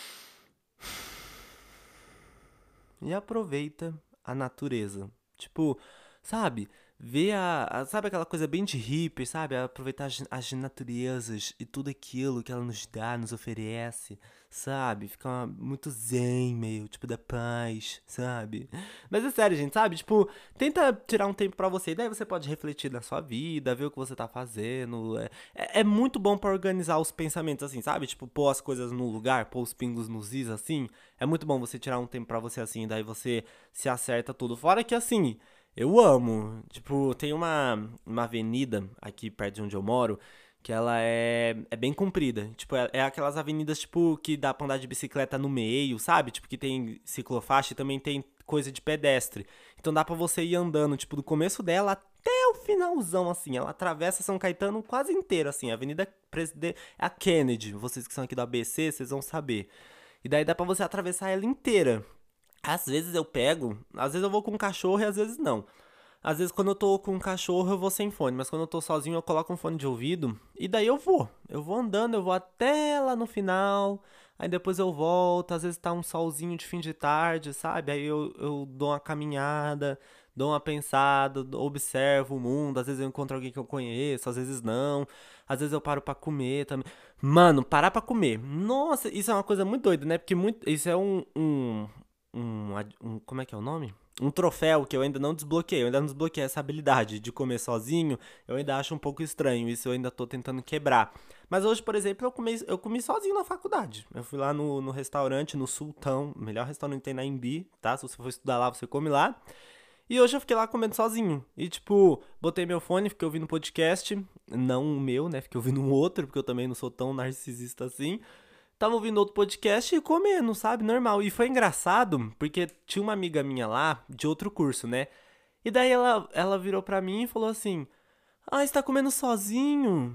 E aproveita a natureza. Tipo, sabe? Ver a, a- Sabe aquela coisa bem de hippie, sabe? Aproveitar as, as naturezas e tudo aquilo que ela nos dá, nos oferece, sabe? Ficar muito zen, meio, tipo, da paz, sabe? Mas é sério, gente, sabe? Tipo, tenta tirar um tempo pra você. E daí você pode refletir na sua vida, ver o que você tá fazendo. É, é, é muito bom pra organizar os pensamentos, assim, sabe? Tipo, pôr as coisas no lugar, pôr os pingos nos is, assim. É muito bom você tirar um tempo pra você, assim, daí você se acerta tudo. Fora que, assim. Eu amo. Tipo, tem uma, uma avenida aqui perto de onde eu moro que ela é, é bem comprida. Tipo, é, é aquelas avenidas, tipo, que dá pra andar de bicicleta no meio, sabe? Tipo, que tem ciclofaixa e também tem coisa de pedestre. Então dá pra você ir andando, tipo, do começo dela até o finalzão, assim. Ela atravessa São Caetano quase inteira, assim. A Avenida Presidente... A Kennedy. Vocês que são aqui do A B C, vocês vão saber. E daí dá pra você atravessar ela inteira. Às vezes eu pego, às vezes eu vou com um cachorro e às vezes não. Às vezes quando eu tô com um cachorro eu vou sem fone, mas quando eu tô sozinho eu coloco um fone de ouvido e daí eu vou. Eu vou andando, eu vou até lá no final, aí depois eu volto, às vezes tá um solzinho de fim de tarde, sabe? Aí eu, eu dou uma caminhada, dou uma pensada, observo o mundo, às vezes eu encontro alguém que eu conheço, às vezes não. Às vezes eu paro pra comer também. Mano, parar pra comer. Nossa, isso é uma coisa muito doida, né? Porque muito, isso é um, um, um, ad- um- como é que é o nome? Um troféu que eu ainda não desbloqueei. Eu ainda não desbloqueei essa habilidade de comer sozinho. Eu ainda acho um pouco estranho. Isso eu ainda tô tentando quebrar. Mas hoje, por exemplo, eu comi, eu comi sozinho na faculdade. Eu fui lá no, no restaurante, no Sultão. O melhor restaurante que tem na Embi, tá? Se você for estudar lá, você come lá. E hoje eu fiquei lá comendo sozinho. E, tipo, botei meu fone, fiquei ouvindo podcast. Não o meu, né? Fiquei ouvindo um outro, porque eu também não sou tão narcisista assim. Tava ouvindo outro podcast e comendo, sabe? Normal. E foi engraçado, porque tinha uma amiga minha lá, de outro curso, né? E daí ela, ela virou pra mim e falou assim: Ah, você tá comendo sozinho?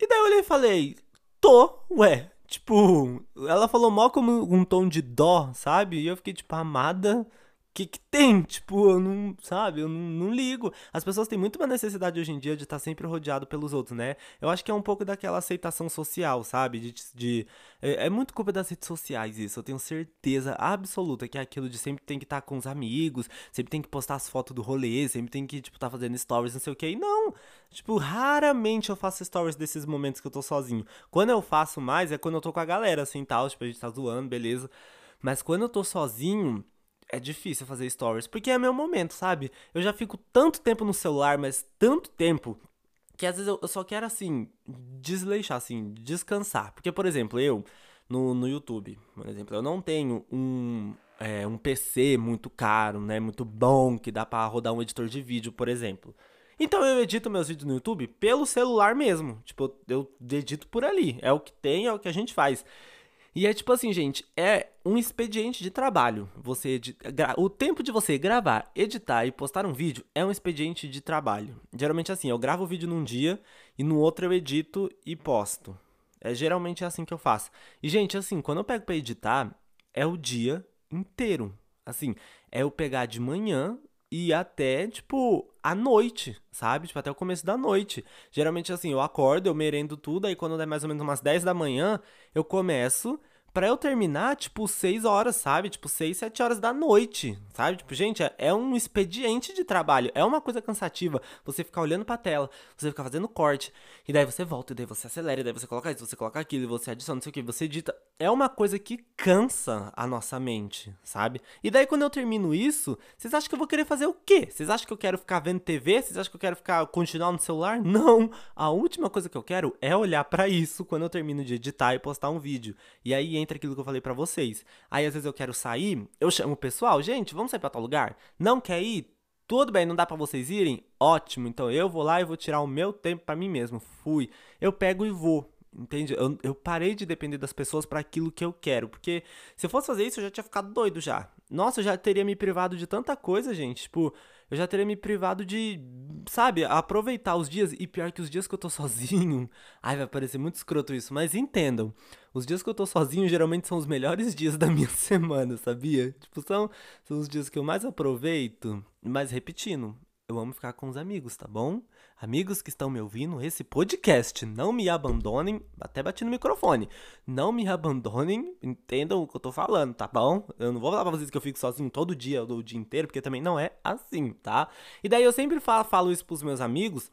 E daí eu olhei e falei, tô, ué. Tipo, ela falou mó como um tom de dó, sabe? E eu fiquei tipo, amada, que que tem? Tipo, eu não, sabe? Eu não, não ligo. As pessoas têm muito uma necessidade hoje em dia de estar sempre rodeado pelos outros, né? Eu acho que é um pouco daquela aceitação social, sabe? De, de é, é muito culpa das redes sociais isso. Eu tenho certeza absoluta que é aquilo de sempre tem que estar com os amigos, sempre tem que postar as fotos do rolê, sempre tem que, tipo, tá fazendo stories, não sei o que. E não! Tipo, raramente eu faço stories desses momentos que eu tô sozinho. Quando eu faço mais é quando eu tô com a galera, assim, tal, tipo, a gente tá zoando, beleza. Mas quando eu tô sozinho, é difícil fazer stories, porque é meu momento, sabe? Eu já fico tanto tempo no celular, mas tanto tempo, que às vezes eu, eu só quero, assim, desleixar, assim, descansar. Porque, por exemplo, eu, no, no YouTube, por exemplo, eu não tenho um, é, um P C muito caro, né? Muito bom, que dá pra rodar um editor de vídeo, por exemplo. Então eu edito meus vídeos no YouTube pelo celular mesmo. Tipo, eu edito por ali. É o que tem, é o que a gente faz. E é tipo assim, gente, é um expediente de trabalho. Você edi- gra- o tempo de você gravar, editar e postar um vídeo é um expediente de trabalho. Geralmente assim, eu gravo o vídeo num dia e no outro eu edito e posto. É geralmente assim que eu faço. E gente, assim, quando eu pego pra editar, é o dia inteiro. Assim, é eu pegar de manhã e até, tipo, à noite, sabe? Tipo, até o começo da noite. Geralmente, assim, eu acordo, eu merendo tudo, aí quando é mais ou menos umas dez da manhã, eu começo pra eu terminar, tipo, seis horas, sabe? Tipo, seis sete horas da noite, sabe? Tipo, gente, é, é um expediente de trabalho. É uma coisa cansativa você ficar olhando pra tela, você ficar fazendo corte, e daí você volta, e daí você acelera, e daí você coloca isso, você coloca aquilo, e você adiciona, não sei o que, você edita. É uma coisa que cansa a nossa mente, sabe? E daí quando eu termino isso, vocês acham que eu vou querer fazer o quê? Vocês acham que eu quero ficar vendo T V? Vocês acham que eu quero ficar continuar no celular? Não! A última coisa que eu quero é olhar pra isso quando eu termino de editar e postar um vídeo. E aí entra aquilo que eu falei pra vocês. Aí às vezes eu quero sair, eu chamo o pessoal, gente, vamos sair pra tal lugar? Não quer ir? Tudo bem, não dá pra vocês irem? Ótimo, então eu vou lá e vou tirar o meu tempo pra mim mesmo. Fui. Eu pego e vou. Entende? Eu, eu parei de depender das pessoas pra aquilo que eu quero. Porque se eu fosse fazer isso, eu já tinha ficado doido já. Nossa, eu já teria me privado de tanta coisa, gente. Tipo, eu já teria me privado de, sabe, aproveitar os dias. E pior que os dias que eu tô sozinho. Ai, vai parecer muito escroto isso, mas entendam. Os dias que eu tô sozinho geralmente são os melhores dias da minha semana, sabia? Tipo, são, são os dias que eu mais aproveito. Mas repetindo, eu amo ficar com os amigos, tá bom? Amigos que estão me ouvindo, esse podcast, não me abandonem, até bati no microfone, não me abandonem, entendam o que eu tô falando, tá bom? Eu não vou falar pra vocês que eu fico sozinho todo dia, o dia inteiro, porque também não é assim, tá? E daí eu sempre falo, falo isso pros meus amigos,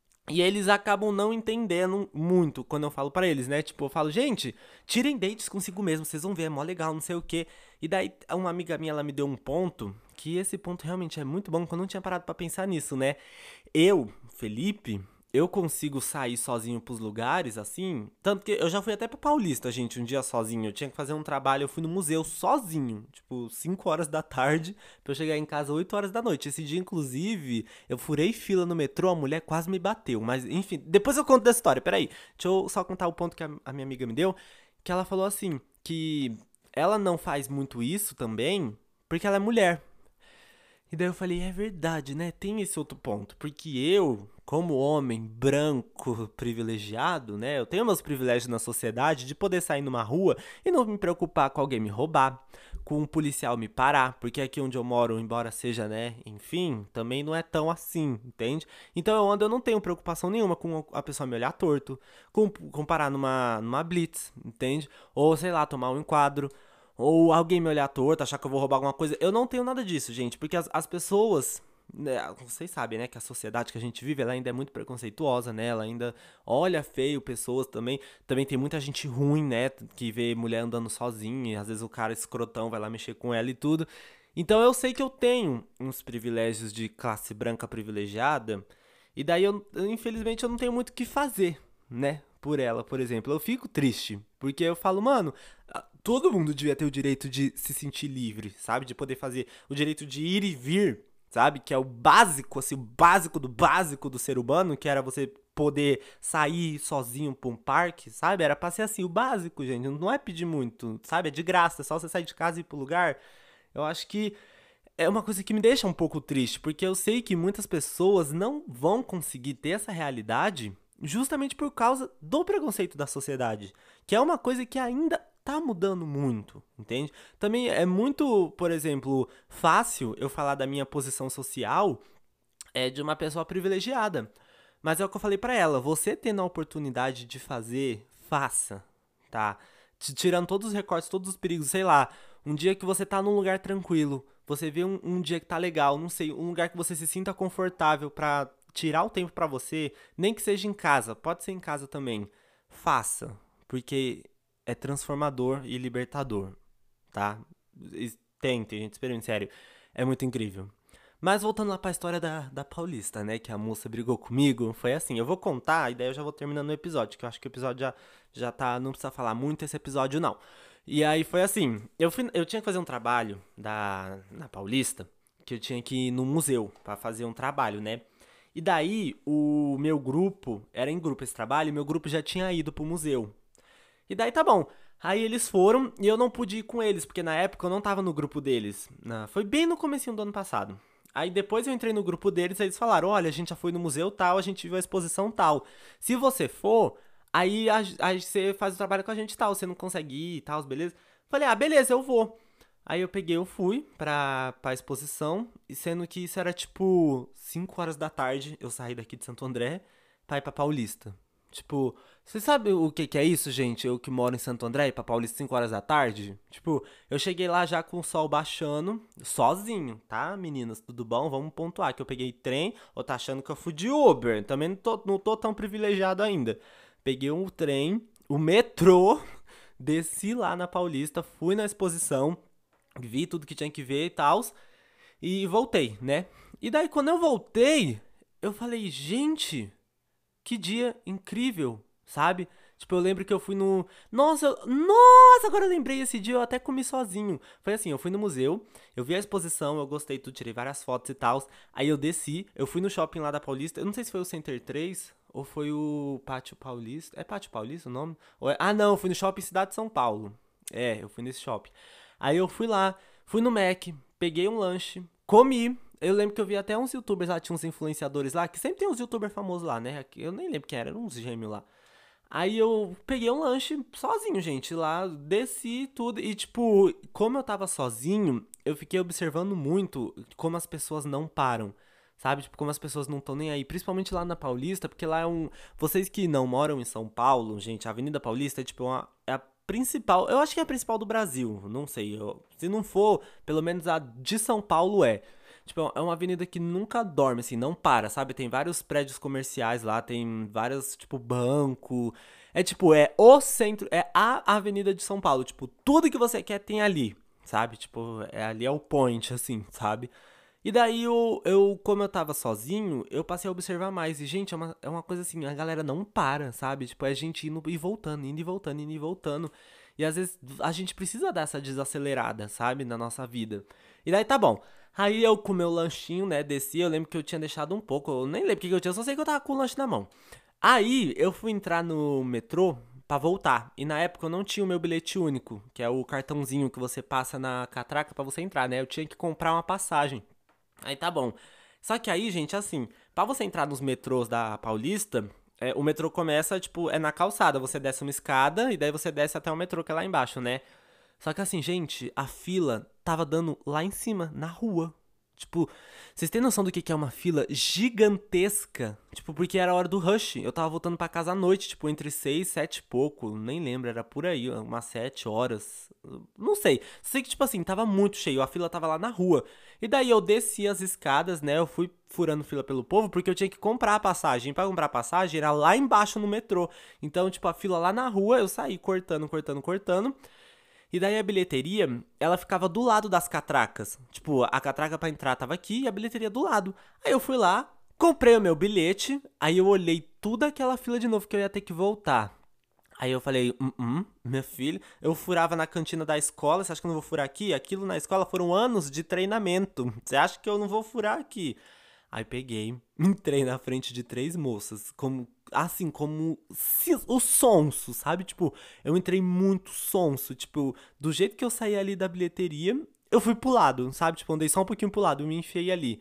e eles acabam não entendendo muito quando eu falo pra eles, né? Tipo, eu falo, gente, tirem dates consigo mesmo, vocês vão ver, é mó legal, não sei o quê. E daí uma amiga minha, ela me deu um ponto, que esse ponto realmente é muito bom, que eu não tinha parado pra pensar nisso, né? Eu, Felipe, eu consigo sair sozinho pros lugares, assim. Tanto que eu já fui até pra Paulista, gente, um dia sozinho. Eu tinha que fazer um trabalho, eu fui no museu sozinho. Tipo, cinco horas da tarde, pra eu chegar em casa oito horas da noite. Esse dia, inclusive, eu furei fila no metrô, a mulher quase me bateu. Mas, enfim, depois eu conto dessa história, peraí. Deixa eu só contar o ponto que a, a minha amiga me deu. Que ela falou assim, que ela não faz muito isso também, porque ela é mulher. E daí eu falei, é verdade, né? Tem esse outro ponto. Porque eu, como homem branco privilegiado, né? Eu tenho meus privilégios na sociedade de poder sair numa rua e não me preocupar com alguém me roubar, com um policial me parar. Porque aqui onde eu moro, embora seja, né? Enfim, também não é tão assim, entende? Então eu ando, eu não tenho preocupação nenhuma com a pessoa me olhar torto, com, com parar numa, numa blitz, entende? Ou, sei lá, tomar um enquadro. Ou alguém me olhar torto, achar que eu vou roubar alguma coisa. Eu não tenho nada disso, gente. Porque as, as pessoas, né, vocês sabem, né? Que a sociedade que a gente vive, ela ainda é muito preconceituosa, né? Ela ainda olha feio pessoas também. Também tem muita gente ruim, né? Que vê mulher andando sozinha. E às vezes o cara escrotão vai lá mexer com ela e tudo. Então eu sei que eu tenho uns privilégios de classe branca privilegiada. E daí, eu, eu, infelizmente, eu não tenho muito o que fazer, né? Por ela, por exemplo. Eu fico triste. Porque eu falo, mano, todo mundo devia ter o direito de se sentir livre, sabe? De poder fazer o direito de ir e vir, sabe? Que é o básico, assim, o básico do básico do ser humano, que era você poder sair sozinho pra um parque, sabe? Era pra ser assim, o básico, gente. Não é pedir muito, sabe? É de graça, é só você sair de casa e ir pro lugar. Eu acho que é uma coisa que me deixa um pouco triste, porque eu sei que muitas pessoas não vão conseguir ter essa realidade justamente por causa do preconceito da sociedade, que é uma coisa que ainda tá mudando muito, entende? Também é muito, por exemplo, fácil eu falar da minha posição social é de uma pessoa privilegiada. Mas é o que eu falei pra ela, você tendo a oportunidade de fazer, faça, tá? Te tirando todos os recortes, todos os perigos, sei lá, um dia que você tá num lugar tranquilo, você vê um, um dia que tá legal, não sei, um lugar que você se sinta confortável pra tirar o tempo pra você, nem que seja em casa, pode ser em casa também. Faça, porque é transformador e libertador, tá? Es- Tente, gente, experimente, sério. É muito incrível. Mas voltando lá pra história da, da Paulista, né? Que a moça brigou comigo. Foi assim, eu vou contar e daí eu já vou terminando o episódio. Que eu acho que o episódio já, já tá. Não precisa falar muito esse episódio, não. E aí foi assim, eu, fui, eu tinha que fazer um trabalho da, na Paulista. Que eu tinha que ir no museu pra fazer um trabalho, né? E daí o meu grupo, era em grupo esse trabalho, e meu grupo já tinha ido pro museu. E daí tá bom. Aí eles foram e eu não pude ir com eles, porque na época eu não tava no grupo deles. Na- Foi bem no comecinho do ano passado. Aí depois eu entrei no grupo deles e eles falaram, olha, a gente já foi no museu tal, a gente viu a exposição tal. Se você for, aí, a- aí você faz o trabalho com a gente tal, você não consegue ir e tal, beleza? Falei, ah, beleza, eu vou. Aí eu peguei, eu fui pra, pra exposição, e sendo que isso era tipo cinco horas da tarde, eu saí daqui de Santo André pra ir pra Paulista. Tipo, você sabe o que que é isso, gente? Eu que moro em Santo André e pra Paulista cinco horas da tarde? Tipo, eu cheguei lá já com o sol baixando, sozinho, tá, meninas? Tudo bom? Vamos pontuar que eu peguei trem, ou tá achando que eu fui de Uber? Também não tô, não tô tão privilegiado ainda. Peguei um trem, o metrô, desci lá na Paulista, fui na exposição, vi tudo que tinha que ver e tal, e voltei, né? E daí quando eu voltei, eu falei, gente, que dia incrível, sabe? Tipo, eu lembro que eu fui no. Nossa, eu- nossa, agora eu lembrei esse dia, eu até comi sozinho. Foi assim, eu fui no museu, eu vi a exposição, eu gostei tudo, tirei várias fotos e tal. Aí eu desci, eu fui no shopping lá da Paulista. Eu não sei se foi o Center três ou foi o Pátio Paulista. É Pátio Paulista o nome? Ou é- Ah, não, eu fui no shopping Cidade de São Paulo. É, eu fui nesse shopping. Aí eu fui lá, fui no Mac, peguei um lanche, comi. Eu lembro que eu vi até uns youtubers lá, tinha uns influenciadores lá, que sempre tem uns youtubers famosos lá, né? Eu nem lembro quem era, eram uns gêmeos lá. Aí eu peguei um lanche sozinho, gente, lá, desci tudo. E, tipo, como eu tava sozinho, eu fiquei observando muito como as pessoas não param. Sabe? Tipo, como as pessoas não estão nem aí. Principalmente lá na Paulista, porque lá é um. Vocês que não moram em São Paulo, gente, a Avenida Paulista é, tipo, uma. É a principal. Eu acho que é a principal do Brasil. Não sei. Eu- se não for, pelo menos a de São Paulo é. Tipo, é uma avenida que nunca dorme, assim, não para, sabe? Tem vários prédios comerciais lá, tem vários, tipo, banco. É tipo, é o centro, é a avenida de São Paulo. Tipo, tudo que você quer tem ali, sabe? Tipo, é, ali é o point, assim, sabe? E daí eu, eu, como eu tava sozinho, eu passei a observar mais. E, gente, é uma, é uma coisa assim, a galera não para, sabe? Tipo, é gente indo e voltando, indo e voltando, indo e voltando. E às vezes a gente precisa dar essa desacelerada, sabe? Na nossa vida. E daí tá bom. Aí eu com meu lanchinho, né, desci, eu lembro que eu tinha deixado um pouco, eu nem lembro o que que eu tinha, eu só sei que eu tava com o lanche na mão. Aí eu fui entrar no metrô pra voltar, e na época eu não tinha o meu bilhete único, que é o cartãozinho que você passa na catraca pra você entrar, né, eu tinha que comprar uma passagem. Aí tá bom. Só que aí, gente, assim, pra você entrar nos metrôs da Paulista, é, o metrô começa, tipo, é na calçada, você desce uma escada e daí você desce até o metrô que é lá embaixo, né? Só que assim, gente, a fila tava dando lá em cima, na rua. Tipo, vocês têm noção do que que é uma fila gigantesca? Tipo, porque era a hora do rush. Eu tava voltando pra casa à noite, tipo, entre seis, sete e pouco. Nem lembro, era por aí, umas sete horas. Não sei. Sei que, tipo assim, tava muito cheio. A fila tava lá na rua. E daí eu desci as escadas, né? Eu fui furando fila pelo povo porque eu tinha que comprar a passagem. Pra comprar a passagem era lá embaixo no metrô. Então, tipo, a fila lá na rua, eu saí cortando, cortando, cortando. E daí a bilheteria, ela ficava do lado das catracas. Tipo, a catraca pra entrar tava aqui e a bilheteria do lado. Aí eu fui lá, comprei o meu bilhete, aí eu olhei toda aquela fila de novo que eu ia ter que voltar. Aí eu falei, hum, hum, minha filha, eu furava na cantina da escola, você acha que eu não vou furar aqui? Aquilo na escola foram anos de treinamento. Você acha que eu não vou furar aqui? Aí peguei, entrei na frente de três moças, como assim, como si- o sonso, sabe? Tipo, eu entrei muito sonso, tipo, do jeito que eu saí ali da bilheteria, eu fui pro lado, sabe? Tipo, andei só um pouquinho pro lado, eu me enfiei ali.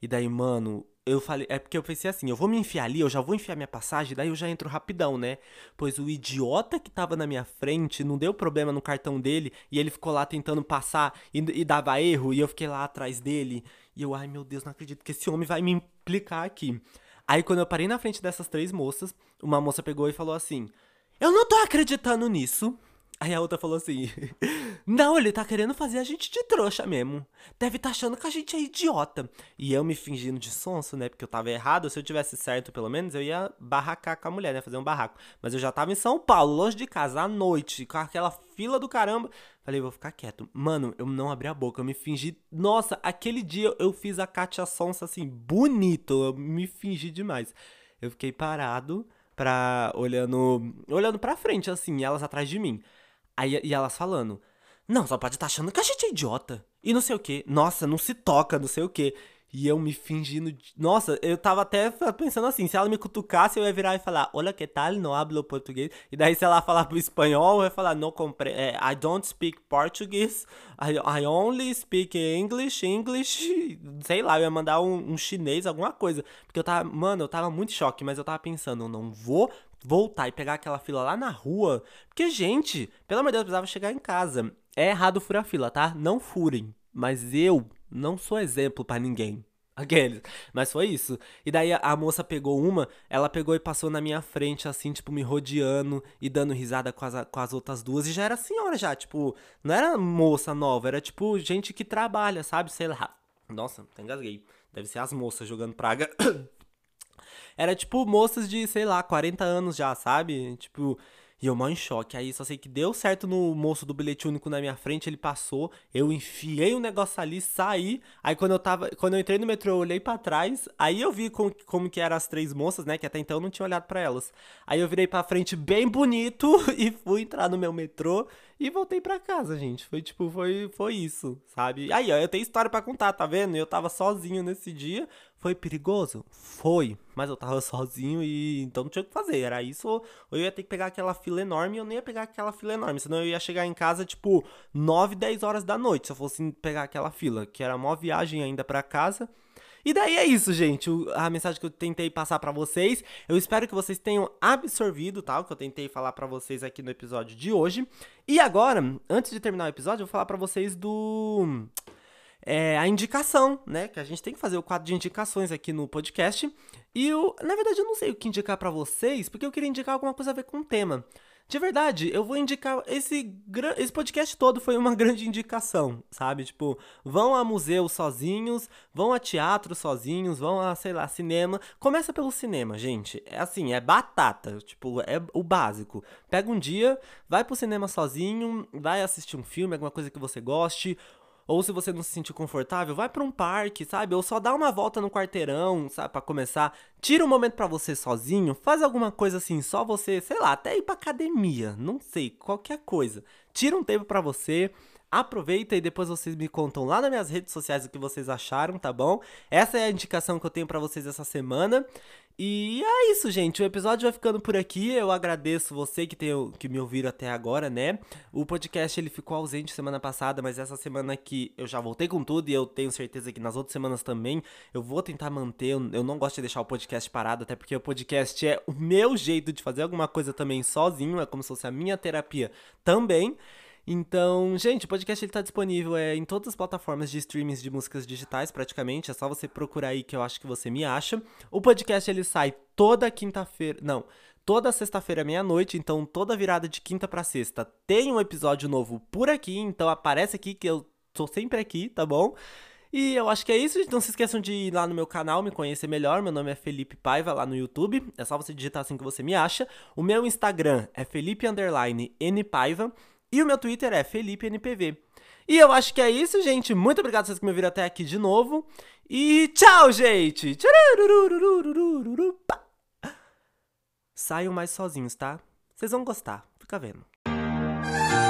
E daí, mano, eu falei, é porque eu pensei assim, eu vou me enfiar ali, eu já vou enfiar minha passagem, daí eu já entro rapidão, né? Pois o idiota que tava na minha frente não deu problema no cartão dele e ele ficou lá tentando passar e, e dava erro e eu fiquei lá atrás dele. E eu, ai meu Deus, não acredito que esse homem vai me implicar aqui. Aí quando eu parei na frente dessas três moças, uma moça pegou e falou assim, eu não tô acreditando nisso. Aí a outra falou assim, não, ele tá querendo fazer a gente de trouxa mesmo. Deve tá achando que a gente é idiota. E eu me fingindo de sonso, né, porque eu tava errado. Se eu tivesse certo, pelo menos, eu ia barracar com a mulher, né, fazer um barraco. Mas eu já tava em São Paulo, longe de casa, à noite, com aquela fila do caramba. Falei, vou ficar quieto. Mano, eu não abri a boca, eu me fingi... Nossa, aquele dia eu fiz a Kátia Sonsa, assim, bonito. Eu me fingi demais. Eu fiquei parado, pra... olhando... olhando pra frente, assim, elas atrás de mim. Aí, e elas falando, não, só pode estar achando que a gente é idiota. E não sei o que. Nossa, não se toca, não sei o que. E eu me fingindo... De... Nossa, eu tava até pensando assim, se ela me cutucasse, eu ia virar e falar, olha que tal, não hablo português. E daí se ela falar pro espanhol, eu ia falar, não compre... É, I don't speak Portuguese, I, I only speak English, English... Sei lá, eu ia mandar um, um chinês, alguma coisa. Porque eu tava... Mano, eu tava muito em choque, mas eu tava pensando, eu não vou... voltar e pegar aquela fila lá na rua. Porque, gente, pelo amor de Deus, eu precisava chegar em casa. É errado furar fila, tá? Não furem. Mas eu não sou exemplo pra ninguém. Aqueles. Mas foi isso. E daí a, a moça pegou uma, ela pegou e passou na minha frente, assim, tipo, me rodeando e dando risada com as, com as outras duas. E já era senhora, já, tipo, não era moça nova, era tipo gente que trabalha, sabe? Sei lá. Nossa, até engasguei. Deve ser as moças jogando praga. Era tipo moças de, sei lá, quarenta anos já, sabe? Tipo, e eu mal em choque. Aí só sei que deu certo no moço do bilhete único na minha frente, ele passou, eu enfiei o um negócio ali, saí. Aí quando eu tava, quando eu entrei no metrô, eu olhei pra trás, aí eu vi como, como que eram as três moças, né? Que até então eu não tinha olhado pra elas. Aí eu virei pra frente bem bonito e fui entrar no meu metrô e voltei pra casa, gente. Foi tipo, foi, foi isso, sabe? Aí, ó, eu tenho história pra contar, tá vendo? Eu tava sozinho nesse dia. Foi perigoso? Foi. Mas eu tava sozinho e então não tinha o que fazer. Era isso, ou eu ia ter que pegar aquela fila enorme e eu nem ia pegar aquela fila enorme. Senão eu ia chegar em casa, tipo, nove, dez horas da noite, se eu fosse pegar aquela fila. Que era uma viagem ainda pra casa. E daí é isso, gente, o, a mensagem que eu tentei passar pra vocês. Eu espero que vocês tenham absorvido, tá? O que eu tentei falar pra vocês aqui no episódio de hoje. E agora, antes de terminar o episódio, eu vou falar pra vocês do... É, a indicação, né? Que a gente tem que fazer o quadro de indicações aqui no podcast. E eu, na verdade, eu não sei o que indicar pra vocês, porque eu queria indicar alguma coisa a ver com o tema. De verdade, eu vou indicar... Esse, esse podcast todo foi uma grande indicação, sabe? Tipo, vão a museu sozinhos, vão a teatro sozinhos, vão a, sei lá, cinema. Começa pelo cinema, gente. É assim, é batata. Tipo, é o básico. Pega um dia, vai pro cinema sozinho, vai assistir um filme, alguma coisa que você goste... Ou se você não se sentir confortável, vai pra um parque, sabe? Ou só dá uma volta no quarteirão, sabe? Pra começar. Tira um momento pra você sozinho. Faz alguma coisa assim, só você, sei lá, até ir pra academia. Não sei, qualquer coisa. Tira um tempo pra você. Aproveita e depois vocês me contam lá nas minhas redes sociais o que vocês acharam, tá bom? Essa é a indicação que eu tenho pra vocês essa semana. E é isso, gente. O episódio vai ficando por aqui. Eu agradeço você que, tem, que me ouviram até agora, né? O podcast ele ficou ausente semana passada, mas essa semana aqui eu já voltei com tudo e eu tenho certeza que nas outras semanas também eu vou tentar manter. Eu não gosto de deixar o podcast parado, até porque o podcast é o meu jeito de fazer alguma coisa também sozinho. É como se fosse a minha terapia também. Então, gente, o podcast ele tá disponível é, em todas as plataformas de streamings de músicas digitais, praticamente. É só você procurar aí que eu acho que você me acha. O podcast ele sai toda quinta-feira... Não, toda sexta-feira meia-noite. Então, toda virada de quinta pra sexta tem um episódio novo por aqui. Então, aparece aqui que eu tô sempre aqui, tá bom? E eu acho que é isso, gente. Não se esqueçam de ir lá no meu canal, me conhecer melhor. Meu nome é Felipe Paiva, lá no YouTube. É só você digitar assim que você me acha. O meu Instagram é Felipe Underline N Paiva. E o meu Twitter é Felipe N P V. E eu acho que é isso, gente. Muito obrigado a vocês que me ouviram até aqui de novo. E tchau, gente! Saiam mais sozinhos, tá? Vocês vão gostar. Fica vendo.